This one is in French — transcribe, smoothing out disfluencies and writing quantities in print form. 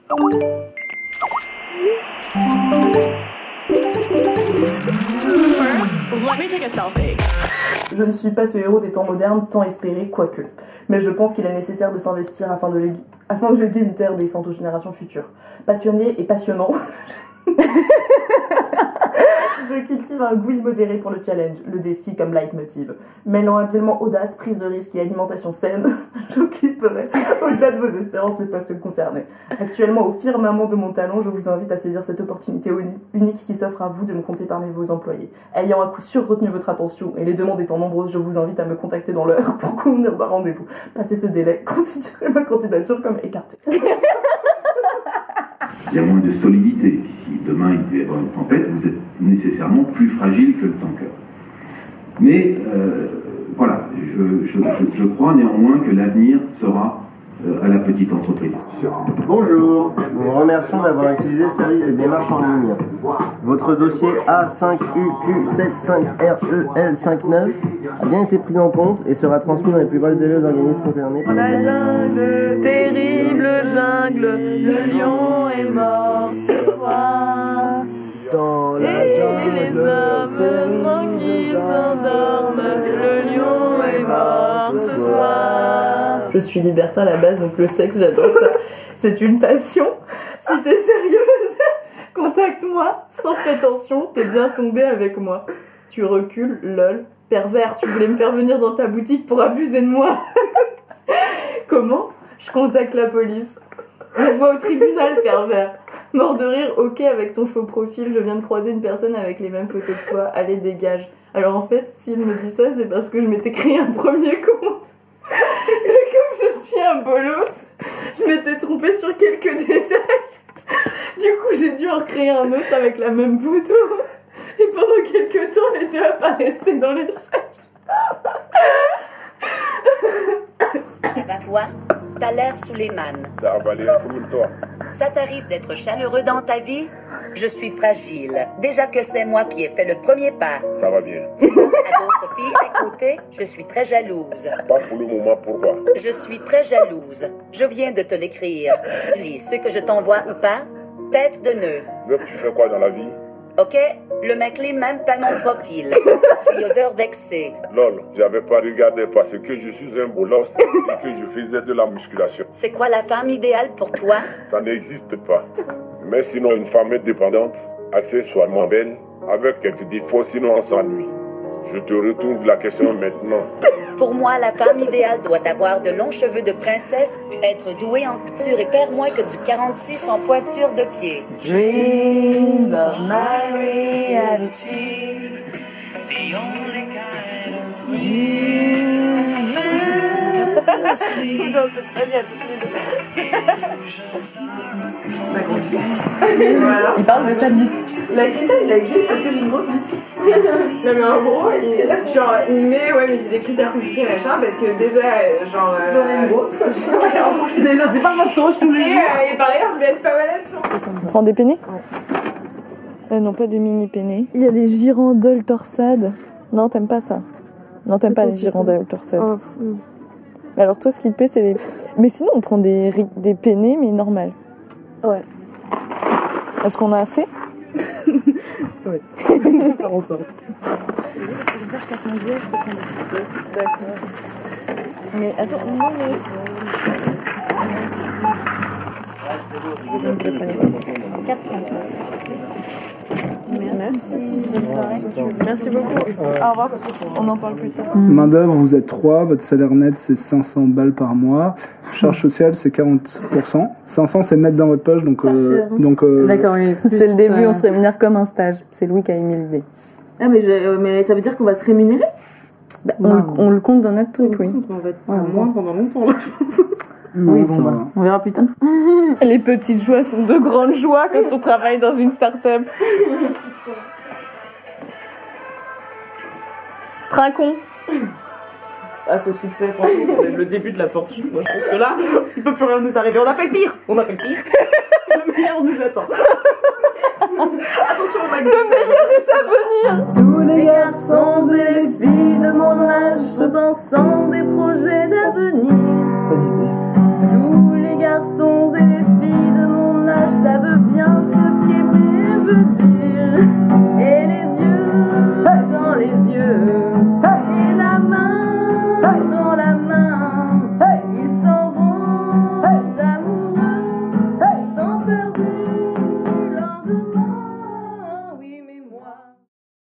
Let me take a selfie. Je ne suis pas ce héros des temps modernes tant espéré, quoique. Mais je pense qu'il est nécessaire de s'investir afin de léguer une terre décente aux générations futures. Passionné et passionnant, je cultive un goût immodéré pour le challenge, le défi comme leitmotiv. Mêlant habilement audace, prise de risque et alimentation saine, j'occuperai, au-delà de vos espérances, le poste concerné. Actuellement, au firmament de mon talent, je vous invite à saisir cette opportunité unique qui s'offre à vous de me compter parmi vos employés. Ayant à coup sûr retenu votre attention et les demandes étant nombreuses, je vous invite à me contacter dans l'heure pour convenir d'un rendez-vous. Passez ce délai, considérez ma candidature comme écartée. Il y a moins de solidité. Et puis si demain il devait y avoir une tempête, vous êtes nécessairement plus fragile que le tanker. Mais voilà, je crois néanmoins que l'avenir sera à la petite entreprise. Bonjour, nous vous remercions d'avoir utilisé le service de démarche en ligne. Votre dossier A5UQ75REL59 a bien été pris en compte et sera transmis dans les plus brefs délais aux organismes concernés. La jungle, terrible jungle, le lion est mort ce soir. Dans la Et jungle, les hommes tranquilles s'endorment, le lion est mort ce soir. Je suis libertin à la base, donc le sexe, j'adore ça. C'est une passion. Si t'es sérieuse, contacte-moi, sans prétention, t'es bien tombé avec moi. Tu recules, lol. Pervers, tu voulais me faire venir dans ta boutique pour abuser de moi. Comment ? Je contacte la police. On se voit au tribunal, pervers. Mort de rire, ok, avec ton faux profil, je viens de croiser une personne avec les mêmes photos que toi. Allez, dégage. Alors en fait, s'il me dit ça, c'est parce que je m'étais créé un premier compte. Et comme je suis un bolos, je m'étais trompée sur quelques détails. Du coup, j'ai dû en recréer un autre avec la même photo. Et pendant quelques temps, les deux apparaissaient dans les recherches. Ça va toi? T'as l'air sous les mannes. Ça va aller un peu de toi. Ça t'arrive d'être chaleureux dans ta vie? Je suis fragile. Déjà que c'est moi qui ai fait le premier pas. Ça va bien. Sinon, à d'autres filles à côté, je suis très jalouse. Pas pour le moment, pourquoi? Je suis très jalouse. Je viens de te l'écrire. Tu lis ce que je t'envoie ou pas? Tête de nœud. Meuf, tu fais quoi dans la vie? Ok? Le mec lit même pas mon profil. Je suis overvexée. Lol, j'avais pas regardé parce que je suis un bolos et que je faisais de la musculation. C'est quoi la femme idéale pour toi? Ça n'existe pas. Mais sinon, une femme indépendante, accessoirement belle, avec quelques défauts, sinon on s'ennuie. Je te retourne la question maintenant. Pour moi, la femme idéale doit avoir de longs cheveux de princesse, être douée en couture et faire moins que du 46 en pointure de pied. Dreams of my reality. Non, c'est très bien, toutes les deux. Voilà. Il parle de sa bite. La guitare, il a dit parce que j'ai une grosse bite. Non mais en gros, il met ouais mais j'ai des critères compliqués machin parce que déjà genre J'en ai une grosse. déjà c'est pas mon je tous les jours et par ailleurs je vais être pas mal là-dessus. Prends des peinés ? Non, pas des mini peinés. Il y a les girandoles torsades. Non, t'aimes pas ça. Non, t'aimes pas les girandoles torsades. Oh, mais alors toi, ce qui te plaît, c'est les... Mais sinon, on prend des peinés, mais normal. ouais. Est-ce qu'on a assez ? Ouais. Faire en sorte. J'espère que je passe mon billet, je peux prendre des photos. D'accord. Mais attends, non mais... Merci. Merci beaucoup. Au revoir. On en parle plus tard. Main d'œuvre, vous êtes 3, votre salaire net c'est 500 balles par mois. Charge sociale c'est 40%. 500 c'est net dans votre poche donc. D'accord, oui. C'est le début, on se rémunère comme un stage. C'est Louis qui a émis l'idée. Ah mais ça veut dire qu'on va se rémunérer? On le compte dans notre truc, oui. On va être moins pendant longtemps là, je pense. Oui, bon, bah, on verra plus tard. Les petites joies sont de grandes joies quand on travaille dans une start-up. Trinquons. À ce succès, franchement, c'est le début de la fortune. Moi, je pense que là, il peut plus rien nous arriver. On a fait le pire. Le meilleur nous attend. Attention au McDo. Le meilleur est à venir. Tous les garçons et les filles de mon âge sont ensemble des projets d'avenir. Vas-y, Tous les garçons